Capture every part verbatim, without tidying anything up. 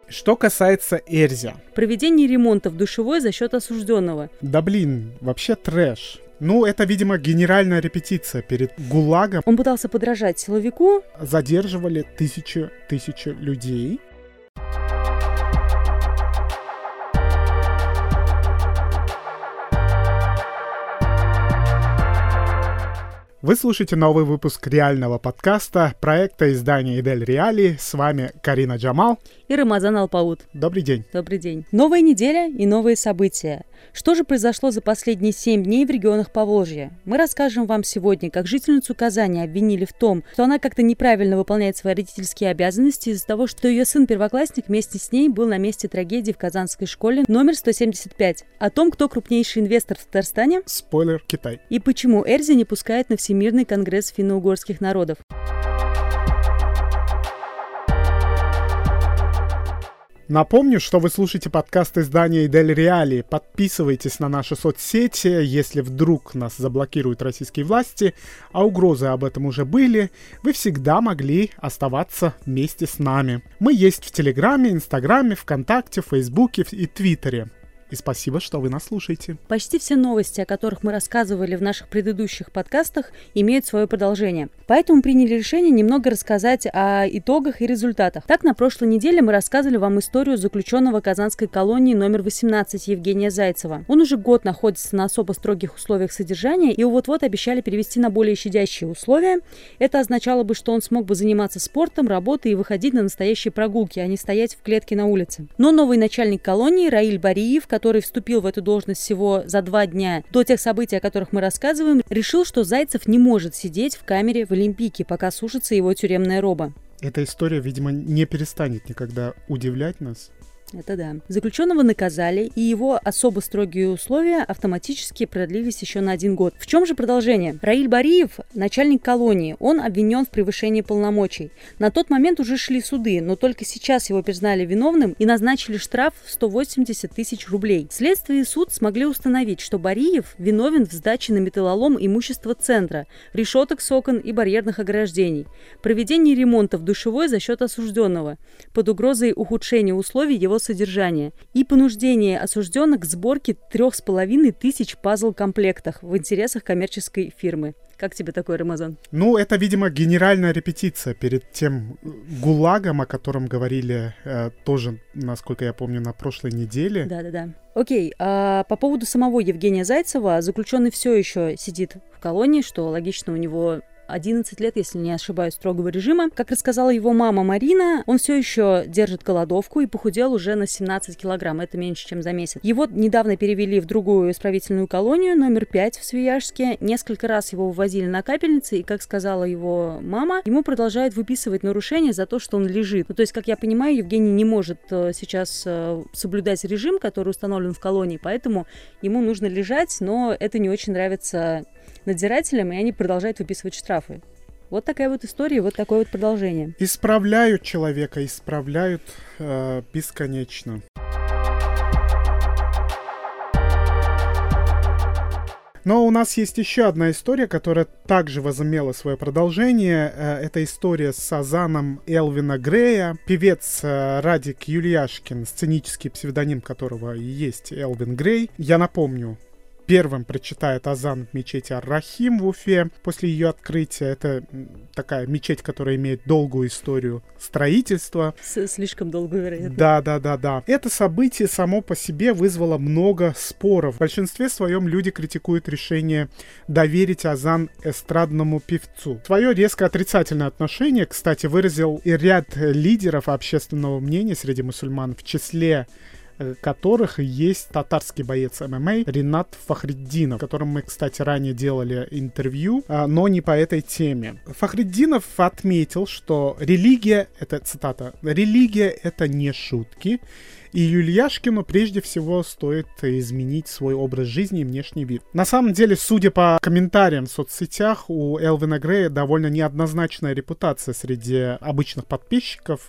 Что касается Эрзи. Проведение ремонта в душевой за счет осужденного. Да блин, вообще трэш. Ну, это, видимо, генеральная репетиция перед ГУЛАГом. Он пытался подражать силовику. Задерживали тысячи, тысячи людей. Вы слушаете новый выпуск реального подкаста проекта издания Идель Реали. С вами Карина Джамал и Рамазан Алпауд. Добрый день. Добрый день. Новая неделя и новые события. Что же произошло за последние семь дней в регионах Поволжья? Мы расскажем вам сегодня, как жительницу Казани обвинили в том, что она как-то неправильно выполняет свои родительские обязанности из-за того, что ее сын-первоклассник вместе с ней был на месте трагедии в казанской школе номер сто семьдесят пять. О том, кто крупнейший инвестор в Татарстане. Спойлер, Китай. И почему Эрзи не пускает на Всемирный конгресс финно-угорских народов. Напомню, что вы слушаете подкаст издания Идель Реали. Подписывайтесь на наши соцсети, если вдруг нас заблокируют российские власти, а угрозы об этом уже были, вы всегда могли оставаться вместе с нами. Мы есть в Телеграме, Инстаграме, ВКонтакте, Фейсбуке и Твиттере. И спасибо, что вы нас слушаете. Почти все новости, о которых мы рассказывали в наших предыдущих подкастах, имеют свое продолжение. Поэтому приняли решение немного рассказать о итогах и результатах. Так, на прошлой неделе мы рассказывали вам историю заключенного казанской колонии номер восемнадцать Евгения Зайцева. Он уже год находится на особо строгих условиях содержания, и вот-вот обещали перевести на более щадящие условия. Это означало бы, что он смог бы заниматься спортом, работой и выходить на настоящие прогулки, а не стоять в клетке на улице. Но новый начальник колонии Раиль Бариев, который вступил в эту должность всего за два дня до тех событий, о которых мы рассказываем, решил, что Зайцев не может сидеть в камере в Олимпийке, пока сушится его тюремная роба. Эта история, видимо, не перестанет никогда удивлять нас. Это да. Заключенного наказали, и его особо строгие условия автоматически продлились еще на один год. В чем же продолжение? Раиль Бариев, начальник колонии, он обвинен в превышении полномочий. На тот момент уже шли суды, но только сейчас его признали виновным и назначили штраф в сто восемьдесят тысяч рублей. Следствие и суд смогли установить, что Бариев виновен в сдаче на металлолом имущества центра, решеток с окон и барьерных ограждений, проведении ремонта в душевой за счет осужденного, под угрозой ухудшения условий его содержания и понуждение осужденных к сборке трех с половиной тысяч пазл-комплектах в интересах коммерческой фирмы. Как тебе такой, Рамазан? Ну, это, видимо, генеральная репетиция перед тем ГУЛАГом, о котором говорили э, тоже, насколько я помню, на прошлой неделе. Да-да-да. Окей, а по поводу самого Евгения Зайцева, заключенный все еще сидит в колонии, что логично, у него одиннадцать лет, если не ошибаюсь, строгого режима. Как рассказала его мама Марина, он все еще держит голодовку и похудел уже на семнадцать килограмм. Это меньше, чем за месяц. Его недавно перевели в другую исправительную колонию, номер пять в Свияжске. Несколько раз его вывозили на капельницы, и, как сказала его мама, ему продолжают выписывать нарушения за то, что он лежит. Ну, то есть, как я понимаю, Евгений не может э, сейчас э, соблюдать режим, который установлен в колонии, поэтому ему нужно лежать, но это не очень нравится надзирателям, и они продолжают выписывать штрафы. Вот такая вот история, вот такое вот продолжение. Исправляют человека, исправляют э, бесконечно. Но у нас есть еще одна история, которая также возымела свое продолжение. Это история с азаном Элвина Грея. Певец Радик Юлияшкин, сценический псевдоним которого и есть Элвин Грей. Я напомню, первым прочитает азан в мечети Ар-Рахим в Уфе после ее открытия. Это такая мечеть, которая имеет долгую историю строительства. С- слишком долгую, вероятно. Да, да, да, да. Это событие само по себе вызвало много споров. В большинстве своем люди критикуют решение доверить азан эстрадному певцу. Свое резко отрицательное отношение, кстати, выразил и ряд лидеров общественного мнения среди мусульман, в числе которых есть татарский боец эм эм а Ринат Фахриддинов, с которым мы, кстати, ранее делали интервью, но не по этой теме. Фахриддинов отметил, что религия, это цитата, «религия — это не шутки», и Юлияшкину прежде всего стоит изменить свой образ жизни и внешний вид. На самом деле, судя по комментариям в соцсетях, у Элвина Грея довольно неоднозначная репутация среди обычных подписчиков.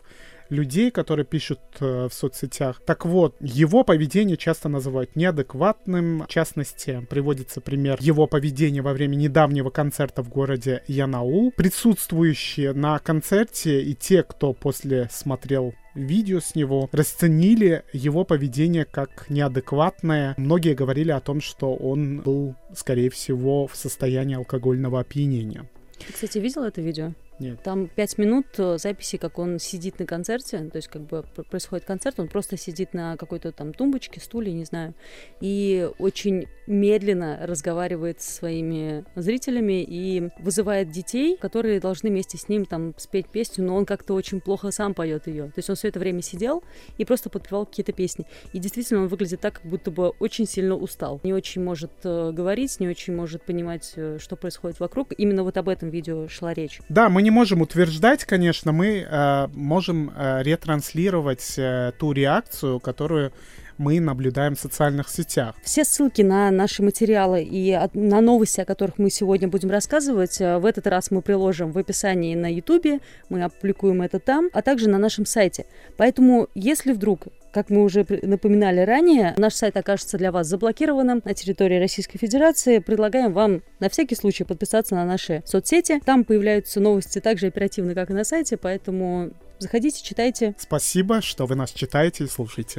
людей, которые пишут э, в соцсетях. Так вот, его поведение часто называют неадекватным. В частности, приводится пример его поведения во время недавнего концерта в городе Янаул. Присутствующие на концерте и те, кто после смотрел видео с него, расценили его поведение как неадекватное. Многие говорили о том, что он был, скорее всего, в состоянии алкогольного опьянения. Ты, кстати, видел это видео? Нет. Там пять минут записи, как он сидит на концерте, то есть как бы происходит концерт, он просто сидит на какой-то там тумбочке, стуле, не знаю, и очень медленно разговаривает со своими зрителями и вызывает детей, которые должны вместе с ним там спеть песню, но он как-то очень плохо сам поет ее. То есть он все это время сидел и просто подпевал какие-то песни. И действительно он выглядит так, как будто бы очень сильно устал. Не очень может э, говорить, не очень может понимать, э, что происходит вокруг. Именно вот об этом видео шла речь. Да, мы не можем утверждать, конечно, мы э, можем э, ретранслировать э, ту реакцию, которую мы наблюдаем в социальных сетях. Все ссылки на наши материалы и от, на новости, о которых мы сегодня будем рассказывать, в этот раз мы приложим в описании на Ютубе, мы опубликуем это там, а также на нашем сайте. Поэтому, если вдруг, как мы уже напоминали ранее, наш сайт окажется для вас заблокированным на территории Российской Федерации, предлагаем вам на всякий случай подписаться на наши соцсети. Там появляются новости так же оперативно, как и на сайте, поэтому заходите, читайте. Спасибо, что вы нас читаете и слушаете.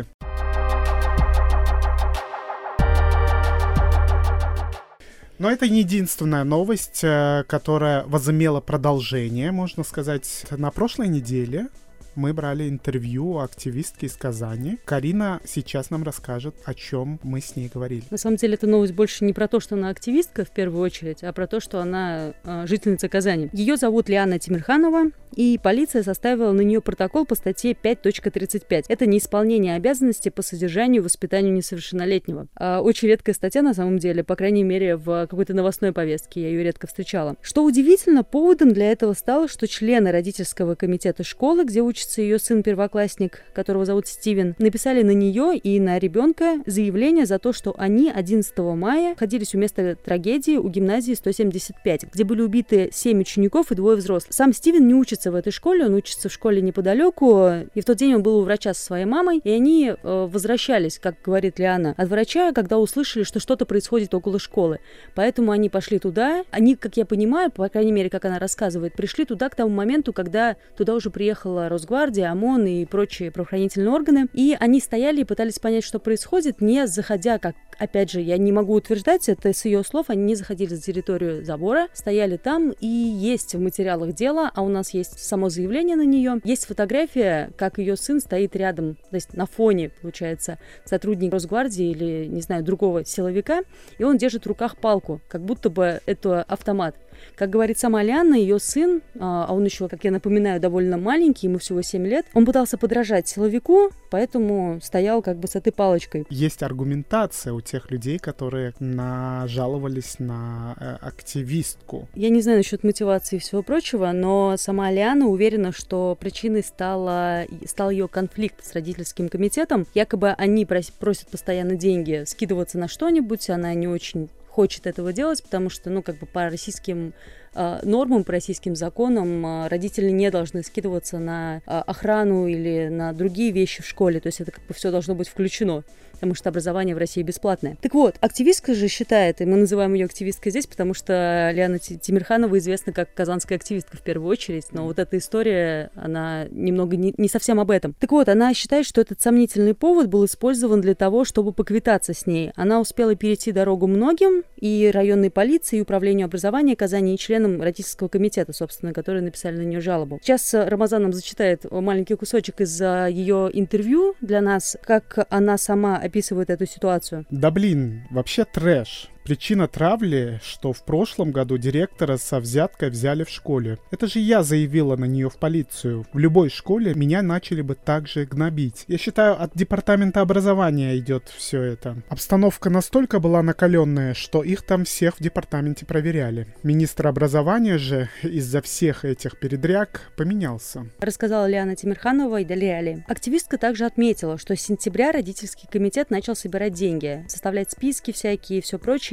Но это не единственная новость, которая возымела продолжение, можно сказать. На прошлой неделе мы брали интервью у активистки из Казани. Карина сейчас нам расскажет, о чем мы с ней говорили. На самом деле, эта новость больше не про то, что она активистка в первую очередь, а про то, что она э, жительница Казани. Ее зовут Лиана Тимирханова, и полиция составила на нее протокол по статье пять точка тридцать пять. Это неисполнение обязанностей по содержанию и воспитанию несовершеннолетнего. Э, очень редкая статья, на самом деле, по крайней мере, в какой-то новостной повестке. Я ее редко встречала. Что удивительно, поводом для этого стало, что члены родительского комитета школы, где учится ее сын-первоклассник, которого зовут Стивен, написали на нее и на ребенка заявление за то, что они одиннадцатого мая находились у места трагедии у гимназии сто семьдесят пять, где были убиты семь учеников и двое взрослых. Сам Стивен не учится в этой школе, он учится в школе неподалеку, и в тот день он был у врача со своей мамой, и они э, возвращались, как говорит Лиана, от врача, когда услышали, что что-то происходит около школы. Поэтому они пошли туда. Они, как я понимаю, по крайней мере, как она рассказывает, пришли туда к тому моменту, когда туда уже приехала Росгвардия, ОМОН и прочие правоохранительные органы. И они стояли и пытались понять, что происходит, не заходя, как, опять же, я не могу утверждать, это с ее слов, они не заходили за территорию забора, стояли там, и есть в материалах дела, а у нас есть само заявление на нее, есть фотография, как ее сын стоит рядом, то есть на фоне, получается, сотрудник Росгвардии или, не знаю, другого силовика, и он держит в руках палку, как будто бы это автомат. Как говорит сама Лиана, ее сын, а он еще, как я напоминаю, довольно маленький, ему всего семь лет, он пытался подражать силовику, поэтому стоял как бы с этой палочкой. Есть аргументация у тех людей, которые нажаловались на э, активистку. Я не знаю насчет мотивации и всего прочего, но сама Лиана уверена, что причиной стала, стал ее конфликт с родительским комитетом. Якобы они просят постоянно деньги скидываться на что-нибудь, она не очень хочет этого делать, потому что, ну, как бы по российским э, нормам, по российским законам э, родители не должны скидываться на э, охрану или на другие вещи в школе, то есть это как бы все должно быть включено, потому что образование в России бесплатное. Так вот, активистка же считает, и мы называем ее активисткой здесь, потому что Лиана Тимирханова известна как казанская активистка в первую очередь, но вот эта история, она немного не, не совсем об этом. Так вот, она считает, что этот сомнительный повод был использован для того, чтобы поквитаться с ней. Она успела перейти дорогу многим, и районной полиции, и управлению образования Казани, и членам родительского комитета, собственно, которые написали на нее жалобу. Сейчас Рамазан нам зачитает маленький кусочек из ее интервью для нас, как она сама описывает эту ситуацию. Да блин, вообще трэш. Причина травли, что в прошлом году директора со взяткой взяли в школе. Это же я заявила на нее в полицию. В любой школе меня начали бы также гнобить. Я считаю, от департамента образования идет все это. Обстановка настолько была накаленная, что их там всех в департаменте проверяли. Министр образования же из-за всех этих передряг поменялся. Рассказала Лиана Тимирханова и далее Али. Активистка также отметила, что с сентября родительский комитет начал собирать деньги, составлять списки всякие и все прочее,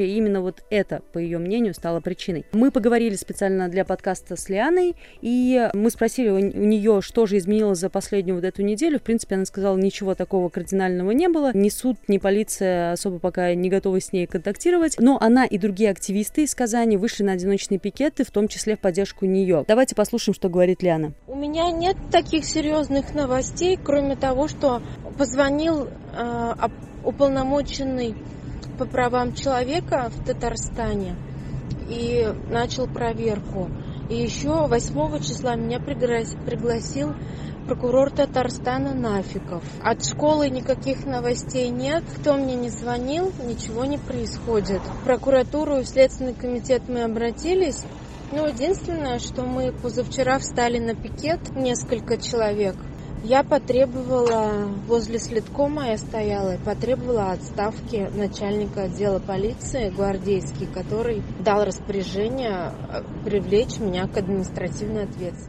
случае именно вот это, по ее мнению, стало причиной. Мы поговорили специально для подкаста с Лианой, и мы спросили у, у нее, что же изменилось за последнюю вот эту неделю. В принципе, она сказала, ничего такого кардинального не было. Ни суд, ни полиция особо пока не готовы с ней контактировать. Но она и другие активисты из Казани вышли на одиночные пикеты, в том числе в поддержку нее. Давайте послушаем, что говорит Лиана. У меня нет таких серьезных новостей, кроме того, что позвонил э, уполномоченный по правам человека в Татарстане и начал проверку. И еще восьмого числа меня пригласил прокурор Татарстана Нафиков. От школы никаких новостей нет. Кто мне не звонил, ничего не происходит. В прокуратуру и в Следственный комитет мы обратились. Ну, единственное, что мы позавчера встали на пикет, несколько человек. Я потребовала, возле следкома я стояла, и потребовала отставки начальника отдела полиции гвардейский, который дал распоряжение привлечь меня к административной ответственности.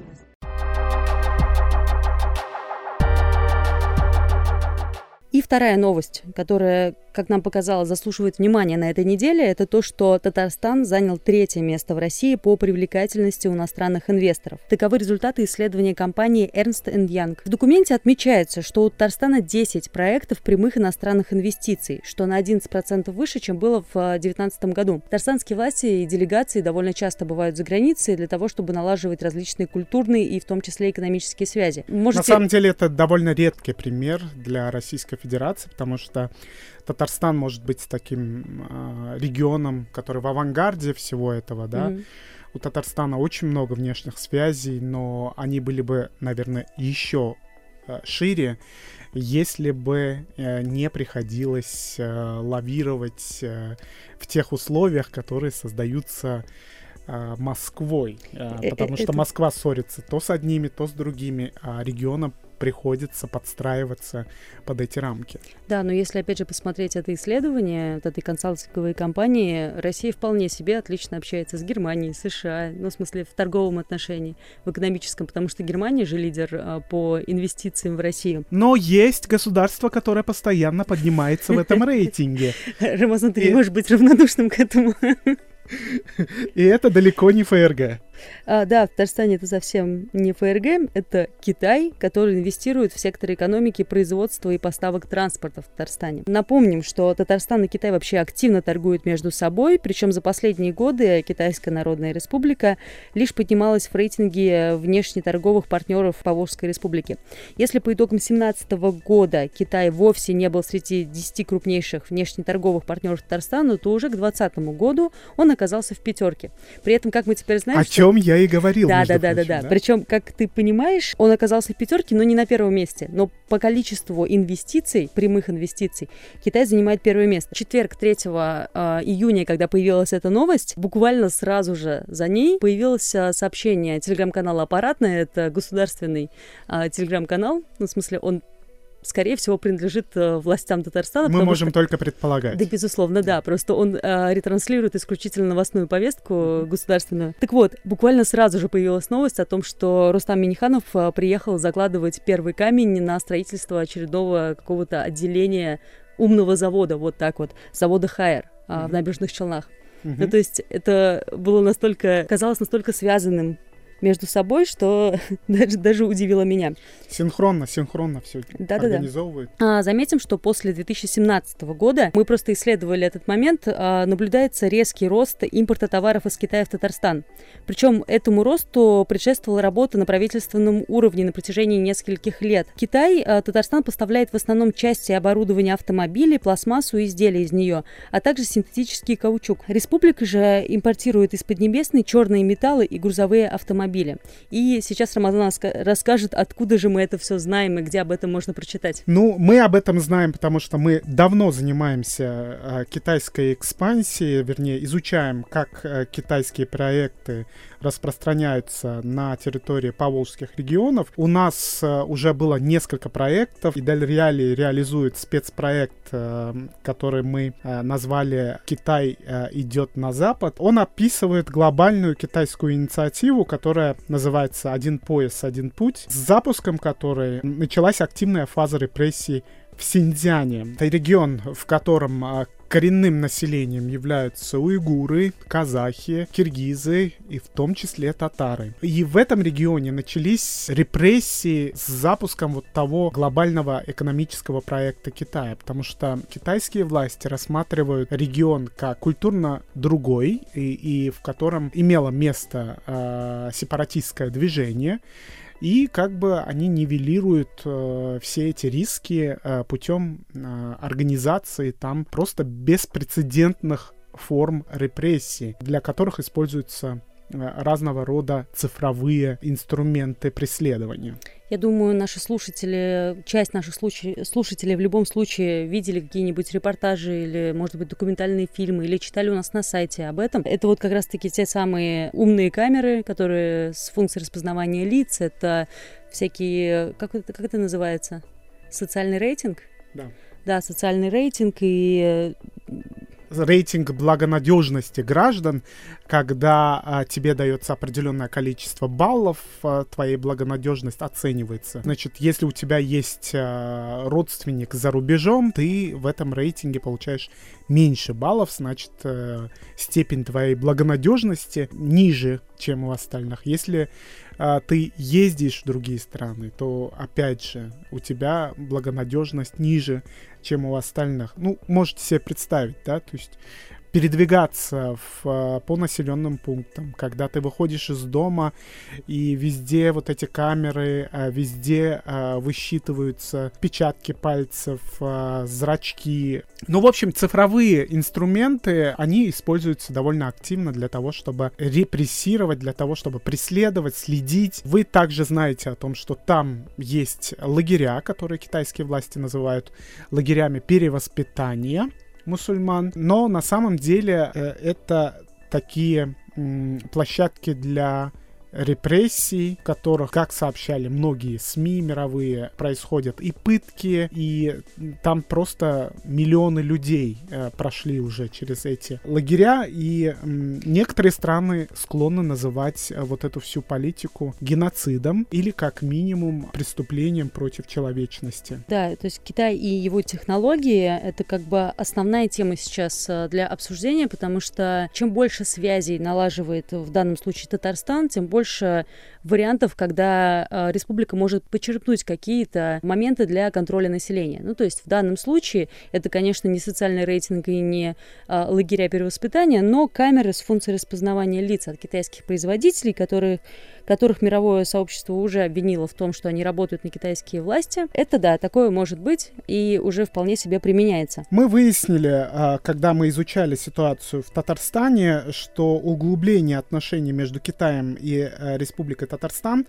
И вторая новость, которая, как нам показалось, заслуживает внимания на этой неделе, это то, что Татарстан занял третье место в России по привлекательности у иностранных инвесторов. Таковы результаты исследования компании Ernst энд Young. В документе отмечается, что у Татарстана десять проектов прямых иностранных инвестиций, что на одиннадцать процентов выше, чем было в две тысячи девятнадцатом году. Татарстанские власти и делегации довольно часто бывают за границей для того, чтобы налаживать различные культурные и в том числе экономические связи. Можете... На самом деле это довольно редкий пример для Российской Федерации, потому что Татарстан может быть таким э, регионом, который в авангарде всего этого, да. Mm-hmm. У Татарстана очень много внешних связей, но они были бы, наверное, еще э, шире, если бы э, не приходилось э, лавировать э, в тех условиях, которые создаются э, Москвой, э, потому что Москва ссорится то с одними, то с другими, а регионам приходится подстраиваться под эти рамки. Да, но если, опять же, посмотреть это исследование вот этой консалтинговой компании, Россия вполне себе отлично общается с Германией, США, ну, в смысле, в торговом отношении, в экономическом, потому что Германия же лидер а, по инвестициям в Россию. Но есть государство, которое постоянно поднимается в этом рейтинге. Рамазан, ты не можешь быть равнодушным к этому. И это далеко не ФРГ. А, да, в Татарстане это совсем не ФРГ, это Китай, который инвестирует в сектор экономики, производства и поставок транспорта в Татарстане. Напомним, что Татарстан и Китай вообще активно торгуют между собой, причем за последние годы Китайская Народная Республика лишь поднималась в рейтинге внешнеторговых партнеров Поволжской Республики. Если по итогам две тысячи семнадцатого года Китай вовсе не был среди десяти крупнейших внешнеторговых партнеров Татарстана, то уже к две тысячи двадцатому году он оказался в пятерке. При этом, как мы теперь знаем, о что... чем я и говорил. Да, да, да, да, да. Причем, как ты понимаешь, он оказался в пятерке, но не на первом месте. Но по количеству инвестиций, прямых инвестиций, Китай занимает первое место. В четверг, третьего июня, когда появилась эта новость, буквально сразу же за ней появилось сообщение телеграм-канала «Аппаратная». Это государственный а, телеграм-канал. Ну, в смысле, он скорее всего, принадлежит э, властям Татарстана. Мы можем что... только предполагать. Да, безусловно, да. Просто он э, ретранслирует исключительно новостную повестку mm-hmm. государственную. Так вот, буквально сразу же появилась новость о том, что Рустам Минниханов э, приехал закладывать первый камень на строительство очередного какого-то отделения умного завода, вот так вот, завода «Хайер» э, mm-hmm. в Набережных Челнах. Mm-hmm. Ну, то есть это было настолько, казалось настолько связанным между собой, что даже, даже удивило меня. Синхронно, синхронно все организовывают. А, заметим, что после две тысячи семнадцатого года, мы просто исследовали этот момент, а, наблюдается резкий рост импорта товаров из Китая в Татарстан. Причем этому росту предшествовала работа на правительственном уровне на протяжении нескольких лет. Китай, а, Татарстан поставляет в основном части оборудования автомобилей, пластмассу и изделия из нее, а также синтетический каучук. Республика же импортирует из Поднебесной черные металлы и грузовые автомобили. И сейчас Рамазан расскажет, откуда же мы это все знаем и где об этом можно прочитать. Ну, мы об этом знаем, потому что мы давно занимаемся э, китайской экспансией, вернее, изучаем, как э, китайские проекты распространяются на территории поволжских регионов. У нас э, уже было несколько проектов, и Дель Реали реализует спецпроект, э, который мы э, назвали «Китай э, идет на Запад». Он описывает глобальную китайскую инициативу, которая называется «Один пояс, один путь», с запуском которой началась активная фаза репрессий в Синьцзяне. Это регион, в котором коренным населением являются уйгуры, казахи, киргизы и в том числе татары. И в этом регионе начались репрессии с запуском вот того глобального экономического проекта Китая, потому что китайские власти рассматривают регион как культурно другой, и, и в котором имело место э, сепаратистское движение, и как бы они нивелируют э, все эти риски э, путем э, организации там просто беспрецедентных форм репрессий, для которых используются э, разного рода цифровые инструменты преследования. Я думаю, наши слушатели, часть наших случай, слушателей в любом случае видели какие-нибудь репортажи или, может быть, документальные фильмы, или читали у нас на сайте об этом. Это вот как раз-таки те самые умные камеры, которые с функцией распознавания лиц. Это всякие, как это, как это называется? Социальный рейтинг? Да. Да, социальный рейтинг и... рейтинг благонадежности граждан, когда а, тебе дается определенное количество баллов, а, твоя благонадежность оценивается. Значит, если у тебя есть а, родственник за рубежом, ты в этом рейтинге получаешь меньше баллов, значит, а, степень твоей благонадежности ниже, чем у остальных. Если а, ты ездишь в другие страны, то, опять же, у тебя благонадежность ниже, чем у остальных. Ну, можете себе представить, да, то есть передвигаться в, по населенным пунктам, когда ты выходишь из дома, и везде вот эти камеры, везде высчитываются отпечатки пальцев, зрачки. Ну, в общем, цифровые инструменты, они используются довольно активно для того, чтобы репрессировать, для того, чтобы преследовать, следить. Вы также знаете о том, что там есть лагеря, которые китайские власти называют лагерями перевоспитания мусульман, но на самом деле э, это такие м, площадки для репрессий, в которых, как сообщали многие СМИ мировые, происходят и пытки, и там просто миллионы людей э, прошли уже через эти лагеря, и э, некоторые страны склонны называть э, вот эту всю политику геноцидом или как минимум преступлением против человечности. Да, то есть Китай и его технологии — это как бы основная тема сейчас для обсуждения, потому что чем больше связей налаживает в данном случае Татарстан, тем больше больше вариантов, когда э, республика может почерпнуть какие-то моменты для контроля населения. Ну, то есть в данном случае это, конечно, не социальный рейтинг и не э, лагеря перевоспитания, но камеры с функцией распознавания лиц от китайских производителей, которые, которых мировое сообщество уже обвинило в том, что они работают на китайские власти. Это, да, такое может быть и уже вполне себе применяется. Мы выяснили, когда мы изучали ситуацию в Татарстане, что углубление отношений между Китаем и Республикой Татарстан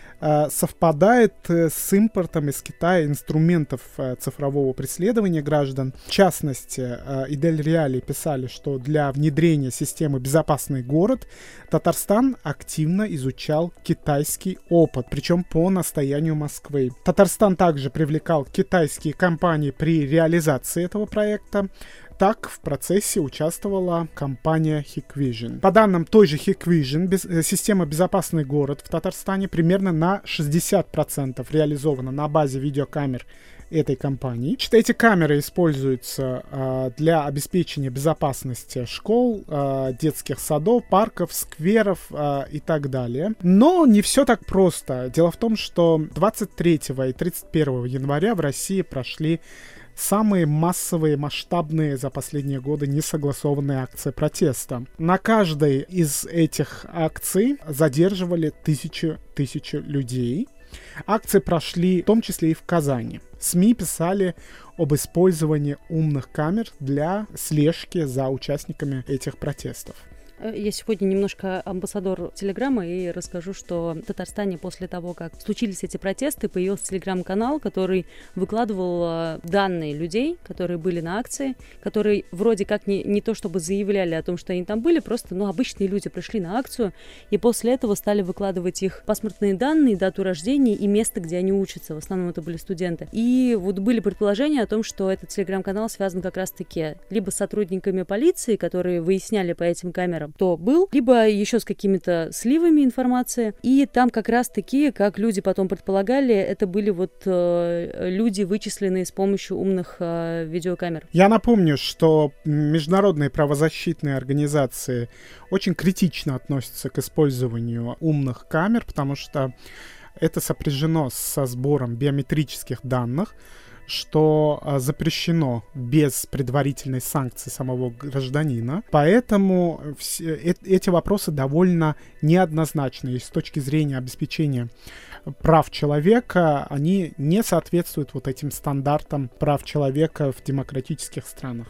совпадает с импортом из Китая инструментов цифрового преследования граждан. В частности, Идель Реали писали, что для внедрения системы «Безопасный город» Татарстан активно изучал китайский опыт, причем по настоянию Москвы. Татарстан также привлекал китайские компании при реализации этого проекта. Так в процессе участвовала компания Hikvision. По данным той же Hikvision, без, э, система «Безопасный город» в Татарстане примерно на шестьдесят процентов реализована на базе видеокамер этой компании. Эти камеры используются э, для обеспечения безопасности школ, э, детских садов, парков, скверов э, и так далее. Но не все так просто. Дело в том, что двадцать третьего и тридцать первого января в России прошли самые массовые, масштабные за последние годы несогласованные акции протеста. На каждой из этих акций задерживали тысячу, тысячу людей. Акции прошли в том числе и в Казани. СМИ писали об использовании умных камер для слежки за участниками этих протестов. Я сегодня немножко амбассадор Телеграма и расскажу, что в Татарстане после того, как случились эти протесты, появился Телеграм-канал, который выкладывал данные людей, которые были на акции, которые вроде как не, не то чтобы заявляли о том, что они там были, просто ну, обычные люди пришли на акцию, и после этого стали выкладывать их паспортные данные, дату рождения и место, где они учатся. В основном это были студенты. И вот были предположения о том, что этот Телеграм-канал связан как раз-таки либо с сотрудниками полиции, которые выясняли по этим камерам, камерам, кто был, либо еще с какими-то сливами информации. И там как раз-таки, как люди потом предполагали, это были вот э, люди, вычисленные с помощью умных э, видеокамер. Я напомню, что международные правозащитные организации очень критично относятся к использованию умных камер, потому что это сопряжено со сбором биометрических данных, что запрещено без предварительной санкции самого гражданина. Поэтому все, э, эти вопросы довольно неоднозначны. И с точки зрения обеспечения прав человека, они не соответствуют вот этим стандартам прав человека в демократических странах.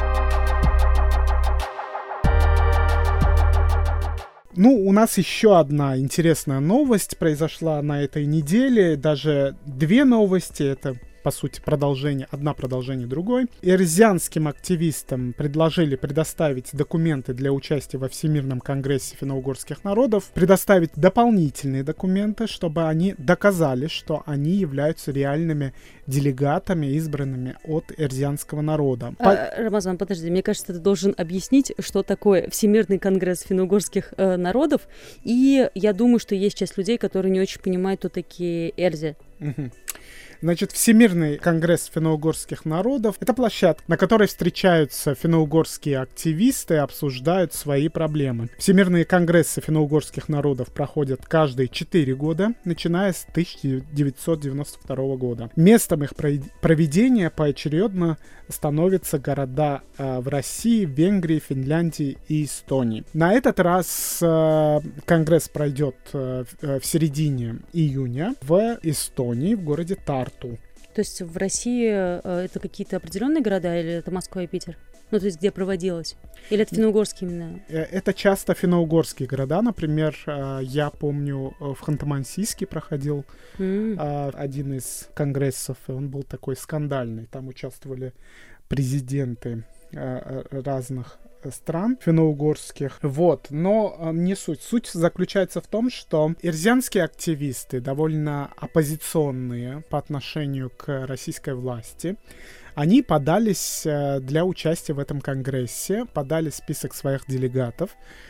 Ну, у нас еще одна интересная новость произошла на этой неделе. Даже две новости. Это, по сути, продолжение, одна продолжение другой. Эрзянским активистам предложили предоставить документы для участия во Всемирном конгрессе финно-угорских народов, предоставить дополнительные документы, чтобы они доказали, что они являются реальными делегатами, избранными от эрзянского народа. А, По... Рамазан, подожди, мне кажется, ты должен объяснить, что такое Всемирный конгресс финно-угорских э, народов, и я думаю, что есть часть людей, которые не очень понимают, кто такие эрзи. Угу. Значит, Всемирный конгресс финно-угорских народов — это площадка, на которой встречаются финно-угорские активисты и обсуждают свои проблемы. Всемирные конгрессы финно-угорских народов проходят каждые четыре года, начиная с тысяча девятьсот девяносто второго года. Местом их проведения поочередно становятся города э, в России, Венгрии, Финляндии и Эстонии. На этот раз э, конгресс пройдет э, в середине июня в Эстонии, в городе Тарту. То есть в России э, это какие-то определенные города или это Москва и Питер? Ну, то есть где проводилось? Или это финно-угорские именно? Это часто финно-угорские города. Например, э, я помню, в Ханты-Мансийске проходил mm. э, один из конгрессов, и он был такой скандальный. Там участвовали президенты э, разных стран финно-угорских. Вот. Но э, не суть. Суть заключается в том, что эрзянские активисты, довольно оппозиционные по отношению к российской власти, они подались э, для участия в этом конгрессе, подали список своих делегатов.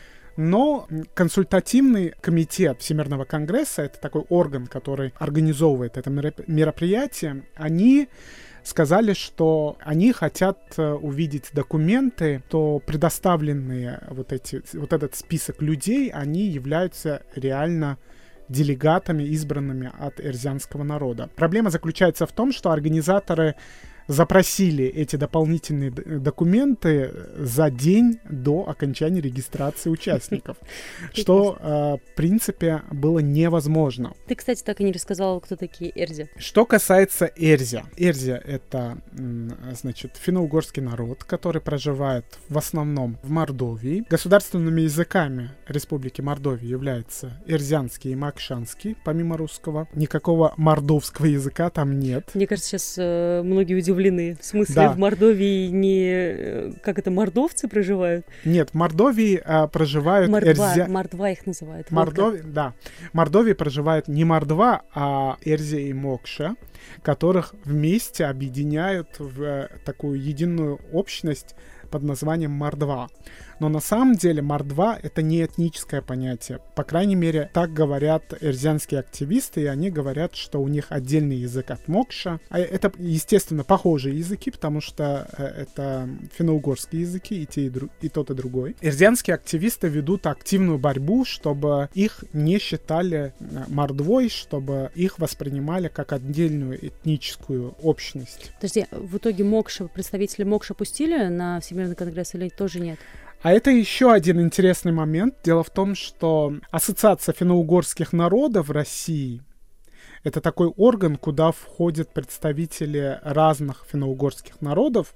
Но консультативный комитет Всемирного конгресса, это такой орган, который организовывает это мероприятие, они сказали, что они хотят увидеть документы, то предоставленные вот, эти, вот этот список людей, они являются реально делегатами, избранными от эрзянского народа. Проблема заключается в том, что организаторы запросили эти дополнительные документы за день до окончания регистрации участников, что, в принципе, было невозможно. Ты, кстати, так и не рассказал, кто такие эрзи. Что касается эрзи. Эрзи — это, значит, финно-угорский народ, который проживает в основном в Мордовии. Государственными языками Республики Мордовия являются эрзянский и макшанский, помимо русского. Никакого мордовского языка там нет. Мне кажется, сейчас э, многие удивлены. В смысле, да. В Мордовии не... Как это, мордовцы проживают? Нет, в Мордовии а, проживают... Мордва, эрзя... Мордва их называют. Мордови... Да. В Мордовии проживают не мордва, а эрзи и мокша, которых вместе объединяют в такую единую общность под названием мордва. Но на самом деле мордва — это не этническое понятие. По крайней мере, так говорят эрзянские активисты, и они говорят, что у них отдельный язык от мокша. А это, естественно, похожие языки, потому что это финно-угорские языки, и, те, и, дру... и тот, и другой. Эрзянские активисты ведут активную борьбу, чтобы их не считали мордвой, чтобы их воспринимали как отдельную этническую общность. Подожди, в итоге мокша, представители мокша пустили на Всемирный конгресс или тоже нет? А это еще один интересный момент. Дело в том, что Ассоциация финно-угорских народов в России — это такой орган, куда входят представители разных финно-угорских народов.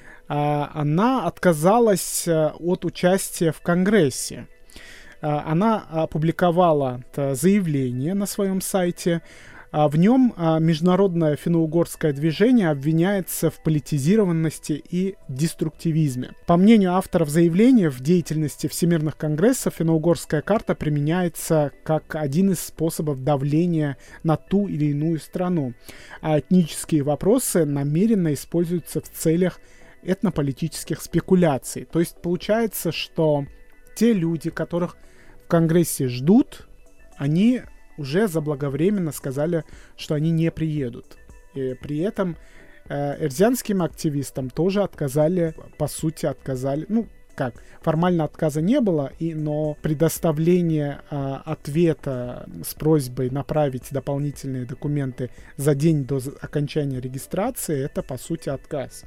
Она отказалась от участия в Конгрессе. Она опубликовала заявление на своем сайте. В нем международное финно-угорское движение обвиняется в политизированности и деструктивизме. По мнению авторов заявления, в деятельности всемирных конгрессов финно-угорская карта применяется как один из способов давления на ту или иную страну, а этнические вопросы намеренно используются в целях этнополитических спекуляций. То есть получается, что те люди, которых в Конгрессе ждут, они уже заблаговременно сказали, что они не приедут. И при этом э, эрзянским активистам тоже отказали, по сути, отказали, ну, как, формально отказа не было, и, но предоставление э, ответа с просьбой направить дополнительные документы за день до окончания регистрации, это, по сути, отказ.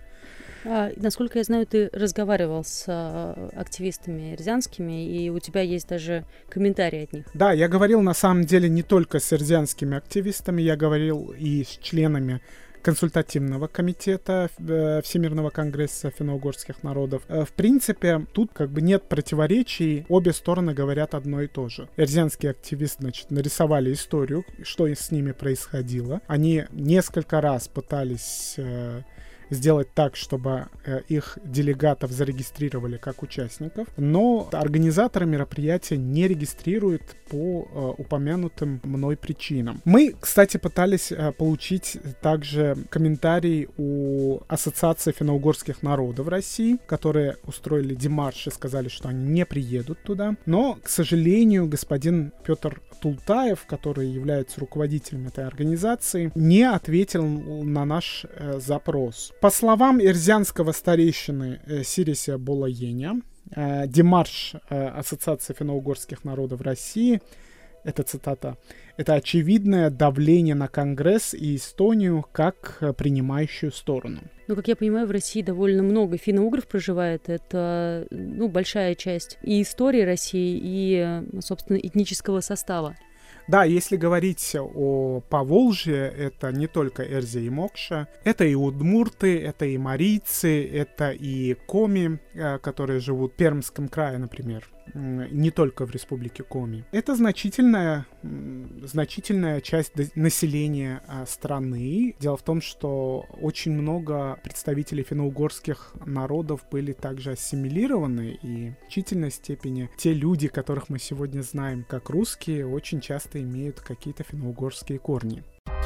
А, насколько я знаю, ты разговаривал с а, активистами эрзянскими, и у тебя есть даже комментарии от них. Да, я говорил на самом деле не только с эрзянскими активистами, я говорил и с членами консультативного комитета э, Всемирного конгресса финно-угорских народов. Э, в принципе, тут как бы нет противоречий, обе стороны говорят одно и то же. Эрзянские активисты, значит, нарисовали историю, что с ними происходило. Они несколько раз пытались э, сделать так, чтобы э, их делегатов зарегистрировали как участников, но организаторы мероприятия не регистрируют по э, упомянутым мной причинам. Мы, кстати, пытались э, получить также комментарий у Ассоциации финно-угорских народов России, которые устроили демарш и сказали, что они не приедут туда, но, к сожалению, господин Петр Тултаев, который является руководителем этой организации, не ответил на наш э, запрос. По словам эрзянского старейшины э, Сирися Болоеня, э, демарш э, Ассоциации финно-угорских народов России, это цитата, это очевидное давление на Конгресс и Эстонию как э, принимающую сторону. Ну, как я понимаю, в России довольно много финно-угров проживает. Это, ну, большая часть и истории России, и, собственно, этнического состава. Да, если говорить о Поволжье, это не только Эрзя и Мокша, это и удмурты, это и марийцы, это и коми, которые живут в Пермском крае, например, не только в республике Коми. Это значительная, значительная часть населения страны. Дело в том, что очень много представителей финно-угорских народов были также ассимилированы, и в значительной степени те люди, которых мы сегодня знаем как русские, очень часто имеют какие-то финно-угорские корни.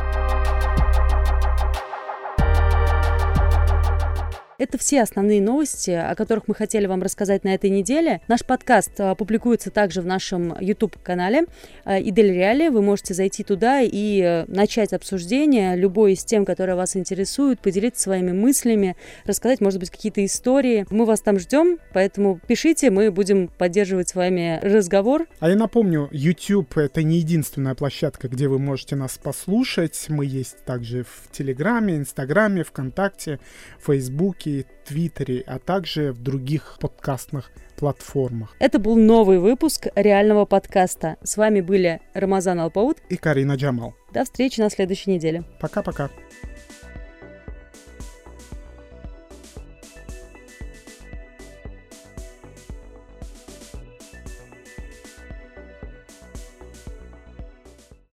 Это все основные новости, о которых мы хотели вам рассказать на этой неделе. Наш подкаст а, публикуется также в нашем YouTube-канале а, Идель Реали. Вы можете зайти туда и а, начать обсуждение любой из тем, которые вас интересуют, поделиться своими мыслями, рассказать, может быть, какие-то истории. Мы вас там ждем, поэтому пишите, мы будем поддерживать с вами разговор. А я напомню, YouTube — это не единственная площадка, где вы можете нас послушать. Мы есть также в Телеграме, Инстаграме, ВКонтакте, Фейсбуке, Твиттере, а также в других подкастных платформах. Это был новый выпуск реального подкаста. С вами были Рамазан Алпаут и Карина Джамал. До встречи на следующей неделе. Пока-пока.